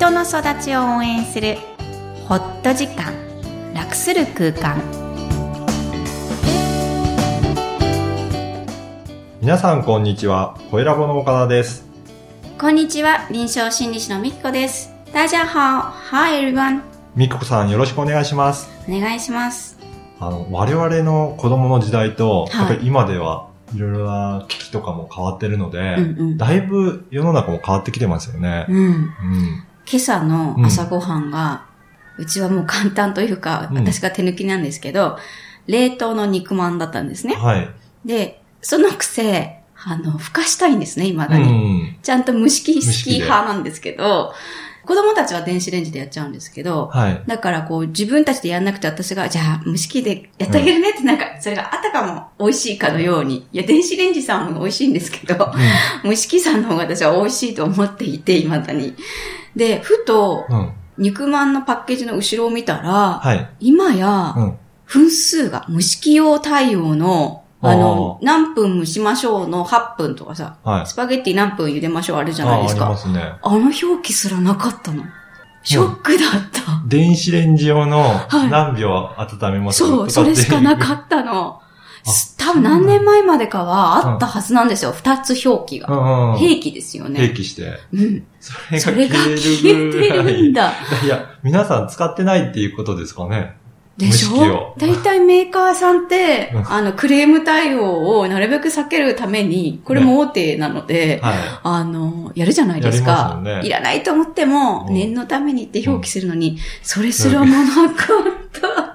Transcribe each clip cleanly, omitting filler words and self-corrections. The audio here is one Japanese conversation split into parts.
人の育ちを応援するホット時間、楽する空間。 皆さんこんにちは、声ラボの岡田です。 こんにちは、臨床心理士のみきこです。大家好。 Hi everyone。 みきこさんよろしくお願いします。 お願いします。 我々の子供の時代と、やっぱり今ではいろいろな機器とかも変わってるので、だいぶ世の中も変わってきてますよね。今朝の朝ごはんが、うちはもう簡単というか、私が手抜きなんですけど、冷凍の肉まんだったんですね。はい。で、そのくせ、孵化したいんですね、未だに。ちゃんと蒸し器好き派なんですけど、子供たちは電子レンジでやっちゃうんですけど、だからこう自分たちでやんなくて私が、じゃあ蒸し器でやってあげるねってなんか、それがあたかも美味しいかのように、いや電子レンジさんも美味しいんですけど、蒸し器さんの方が私は美味しいと思っていて、未だに。で、ふと、肉まんのパッケージの後ろを見たら、今や、分数が蒸し器用対応の、何分蒸しましょうの8分とかさ、スパゲッティ何分茹でましょうあるじゃないですか。 ありますね。 表記すらなかったの。ショックだった。 電子レンジ用の何秒温めますか、 そう、それしかなかったの。多分何年前までかはあったはずなんですよ。2つ表記が。兵器ですよね。 兵器して。 それが消えてるんだ。 いや、皆さん使ってないっていうことですかね。 でしょ？だいたいメーカーさんって、クレーム対応をなるべく避けるために、これも大手なので、やるじゃないですか。いらないと思っても、念のためにって表記するのに、それすらもなかった。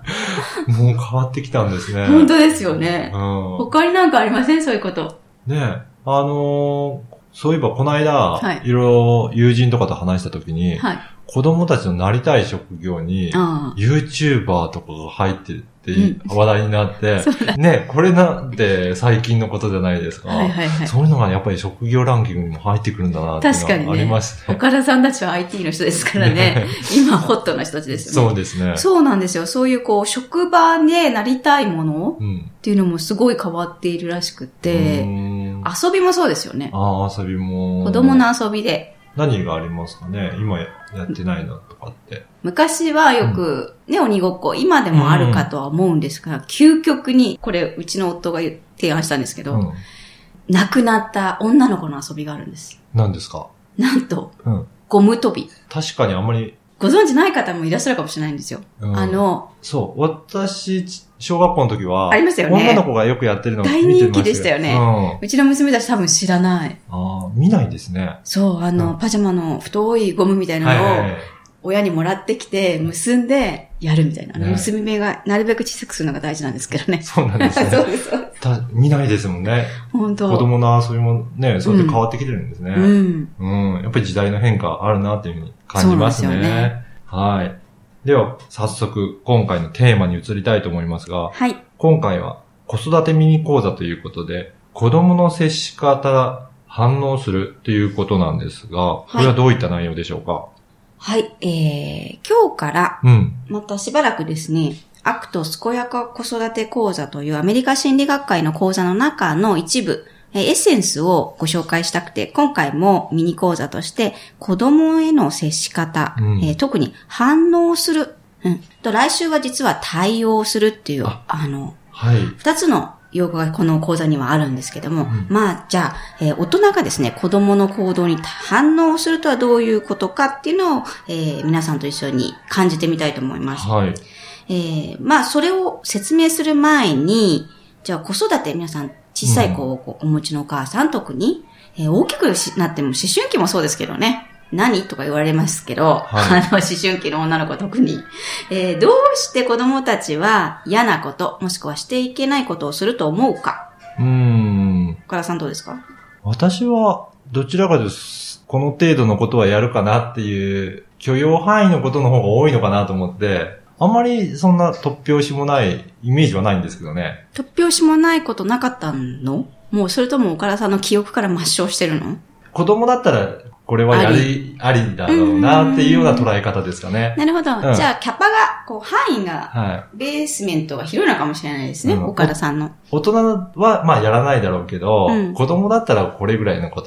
もう変わってきたんですね。 本当ですよね。他になんかありません？そういうこと。 ねえ。そういえばこの間、いろいろ友人とかと話したときに、子供たちのなりたい職業に、YouTuber とかが入ってるって話題になって、ね、これなんて最近のことじゃないですか。そういうのがやっぱり職業ランキングにも入ってくるんだなっていうのがありますね。 岡田さんたちは IT の人ですからね。今ホットな人たちですよね。 そうですね。 そうなんですよ。そういうこう、職場でなりたいものっていうのもすごい変わっているらしくて、遊びもそうですよね。 遊びも。 子供の遊びで。 何がありますかね今やってないのとかって。 昔はよく、鬼ごっこ、今でもあるかとは思うんですが、究極に、これ、うちの夫が提案したんですけど、亡くなった女の子の遊びがあるんです。 何ですか？ なんと、ゴム跳び。 確かにあんまり。 ご存知ない方もいらっしゃるかもしれないんですよ。 そう。私、小学校の時は、 ありますよね。 女の子がよくやってるのを見てました。 大人気でしたよね。うちの娘たち多分知らない。 見ないですね。 そう、パジャマの太いゴムみたいなのを、親にもらってきて、結んでやるみたいな。結び目がなるべく小さくするのが大事なんですけどね。 そうなんですね。そうです。見ないですもんね。 本当。 子供の遊びもね、そうやって変わってきてるんですね。やっぱり時代の変化あるなっていうふうに感じますね。そうですよね。はい。では、早速、今回のテーマに移りたいと思いますが、今回は子育てミニ講座ということで、子供の接し方、反応するということなんですが、これはどういった内容でしょうか？ 今日から、またしばらくですね、アクト健やか子育て講座というアメリカ心理学会の講座の中の一部、エッセンスをご紹介したくて、今回もミニ講座として子供への接し方、特に反応する、来週は実は対応するっていう、二つの用語がこの講座にはあるんですけども、じゃあ、大人がですね、子供の行動に反応するとはどういうことかっていうのを、皆さんと一緒に感じてみたいと思います。それを説明する前に、じゃあ子育て皆さん小さい子をお持ちのお母さん特に、大きくなっても思春期もそうですけどね。何とか言われますけど、思春期の女の子は特に、どうして子供たちは嫌なこと、もしくはしていけないことをすると思うか。岡田さんどうですか？ 私は、どちらかです。この程度のことはやるかなっていう、許容範囲のことの方が多いのかなと思って、あんまりそんな突拍子もないイメージはないんですけどね。 突拍子もないことなかったの？もうそれとも岡田さんの記憶から抹消してるの？ 子供だったら、これはありだろうなっていうような捉え方ですかね。 なるほど。じゃあ、キャパが、範囲が、ベースメントが広いのかもしれないですね、岡田さんの。 大人は、やらないだろうけど、子供だったらこれぐらいのことは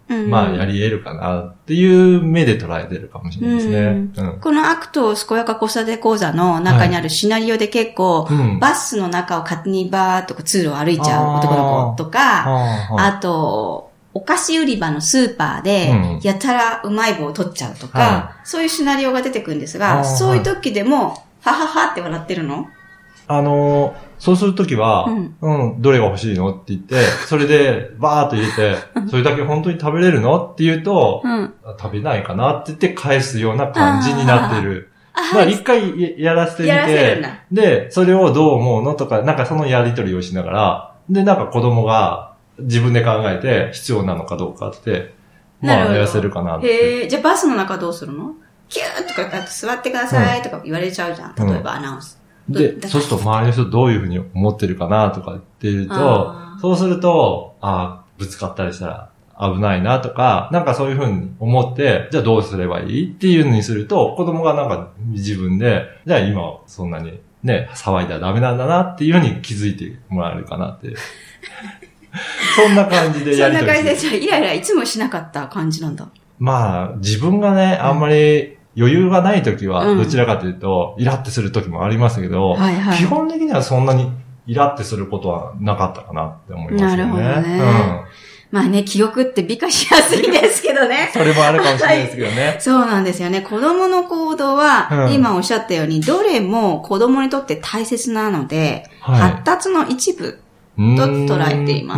まあ、やり得るかなっていう目で捉えてるかもしれないですね。 このアクト健やか子育て講座の中にあるシナリオで結構、バスの中を勝手にバーっと通路を歩いちゃう男の子とか、あと、お菓子売り場のスーパーで、やたらうまい棒を取っちゃうとか、そういうシナリオが出てくるんですが、そういう時でも、はははって笑ってるの？ そうするときは、どれが欲しいのって言って、それでバーっと入れて、それだけ本当に食べれるのって言うと、食べないかなって言って返すような感じになってる。まあ一回やらせてみて、で、それをどう思うのとか、なんかそのやりとりをしながら、で、なんか子供が自分で考えて必要なのかどうかって、まあやらせるかなって。 じゃあバスの中どうするの？キューとか座ってくださいとか言われちゃうじゃん。例えばアナウンス。 で、そうすると周りの人どういうふうに思ってるかなとか言ってると、そうすると、ぶつかったりしたら危ないなとか、なんかそういうふうに思って、じゃあどうすればいいっていうのにすると、子供がなんか自分で、じゃあ今はそんなにね、騒いだらダメなんだなっていうふうに気づいてもらえるかなって。そんな感じでやりとりする。 そんな感じで、じゃあイライラいつもしなかった感じなんだ。 まあ、自分がね、あんまり、余裕がないときは、どちらかというと、イラってするときもありますけど、基本的にはそんなにイラってすることはなかったかなって思いますよね。 なるほどね。まあね、記憶って美化しやすいんですけどね。 それもあるかもしれないですけどね。 そうなんですよね。子供の行動は、今おっしゃったように、どれも子供にとって大切なので、発達の一部と捉えています。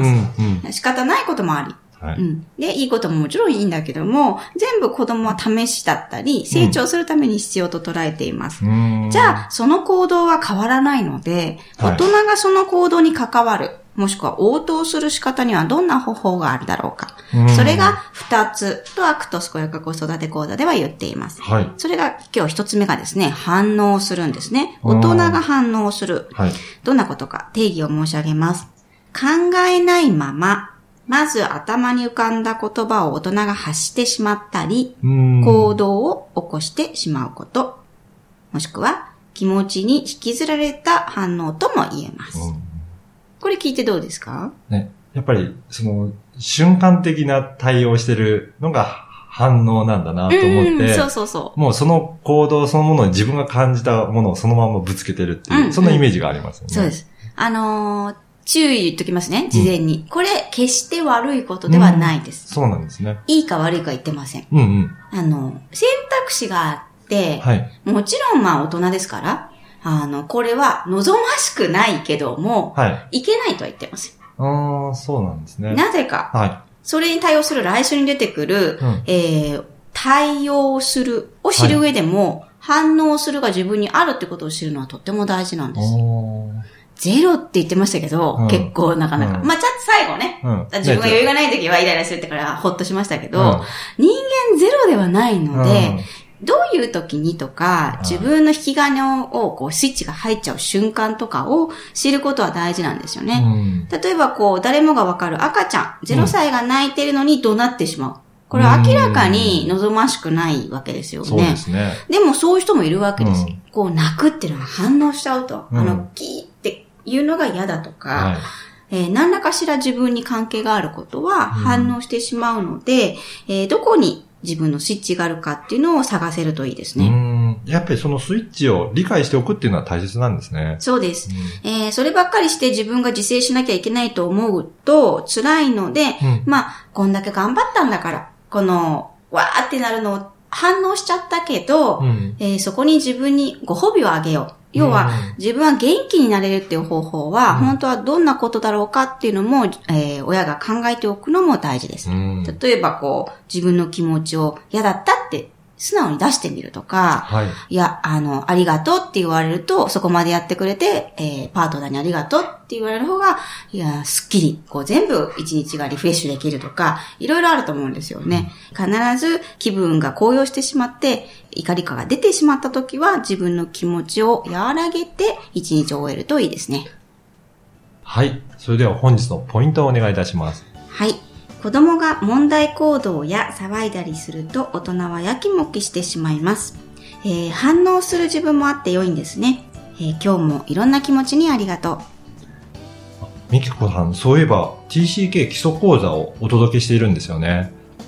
仕方ないこともあり。で、いいことももちろんいいんだけども、全部子供は試しだったり、成長するために必要と捉えています。じゃあ、その行動は変わらないので、大人がその行動に関わる、もしくは応答する仕方にはどんな方法があるだろうか。それが2つとアクト健やか子育て講座では言っています。それが今日1つ目がですね、反応するんですね。大人が反応する。どんなことか定義を申し上げます。考えないまま、まず頭に浮かんだ言葉を大人が発してしまったり、行動を起こしてしまうこと。もしくは気持ちに引きずられた反応とも言えます。これ聞いてどうですか？ ね。やっぱりその瞬間的な対応してるのが反応なんだなと思って、もうその行動そのものに自分が感じたものをそのままぶつけてるっていう、そんなイメージがありますよね。 そうです。注意言っっときますね、事前に。これ、決して悪いことではないです。 そうなんですね。 いいか悪いか言ってません。選択肢があって、もちろんまあ大人ですから、これは望ましくないけども、いけないとは言ってません。 そうなんですね。 なぜか、それに対応する来週に出てくる、対応するを知る上でも、反応するが自分にあるってことを知るのはとっても大事なんです。ゼロって言ってましたけど、結構なかなか。まあ、ちょっと最後ね、自分が余裕がない時はイライラするってからほっとしましたけど、人間ゼロではないので、どういう時にとか、自分の引き金をこうスイッチが入っちゃう瞬間とかを知ることは大事なんですよね。例えばこう、誰もがわかる赤ちゃん、0歳が泣いてるのに怒鳴ってしまう。これは明らかに望ましくないわけですよね。そうですね。でもそういう人もいるわけです。こう泣くっていうのは反応しちゃうと。キーっていうのが嫌だとか、何らかしら自分に関係があることは反応してしまうので、どこに自分のスイッチがあるかっていうのを探せるといいですね。 やっぱりそのスイッチを理解しておくっていうのは大切なんですね。 そうです。そればっかりして自分が自制しなきゃいけないと思うと辛いので、まあ、こんだけ頑張ったんだから、この、わーってなるのを反応しちゃったけど、そこに自分にご褒美をあげよう。要は、自分は元気になれるっていう方法は、本当はどんなことだろうかっていうのも、親が考えておくのも大事です。例えば、こう、自分の気持ちを嫌だったって素直に出してみるとか、いや、ありがとうって言われると、そこまでやってくれて、パートナーにありがとうって言われる方が、いや、すっきり、こう全部一日がリフレッシュできるとか、いろいろあると思うんですよね。必ず気分が高揚してしまって、怒りが出てしまった時は、自分の気持ちを和らげて、一日を終えるといいですね。 はい。それでは本日のポイントをお願いいたします。 はい。子供が問題行動や騒いだりすると大人はやきもきしてしまいます。反応する自分もあって良いんですね。今日もいろんな気持ちにありがとう。 みきこさん、そういえば TCK 基礎講座をお届けしているんですよね。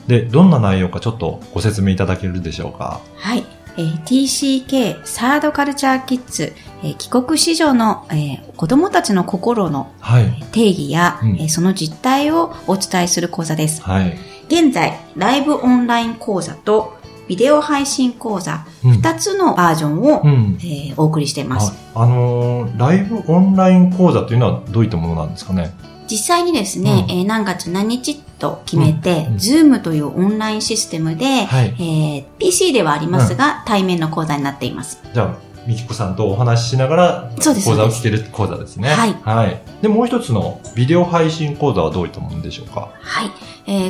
で、どんな内容かちょっとご説明いただけるでしょうか？ はい。TCK サードカルチャーキッズ、帰国子女の、子供たちの心の、定義や、その実態をお伝えする講座です。はい、現在、ライブオンライン講座とビデオ配信講座、2つのバージョンを、お送りしています。 ライブオンライン講座というのはどういったものなんですかね？ 実際にですね、何月何日と決めて、Zoom というオンラインシステムで、PC ではありますが、対面の講座になっています。 じゃあ、みきこさんとお話ししながら、講座を聞ける講座ですね。はい。で、もう一つのビデオ配信講座はどういったものでしょうか？ はい。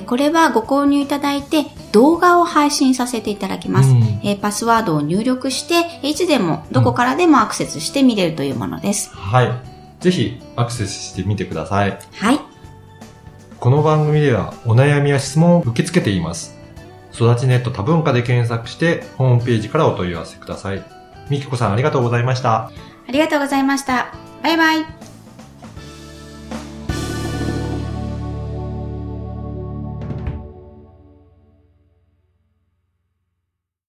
これはご購入いただいて、動画を配信させていただきます。パスワードを入力して、いつでも、どこからでもアクセスして見れるというものです。 はい。ぜひアクセスしてみてください。 はい。 この番組ではお悩みや質問を受け付けています。育ちネット多文化で検索してホームページからお問い合わせください。みきこさんありがとうございました。 ありがとうございました。バイバイ。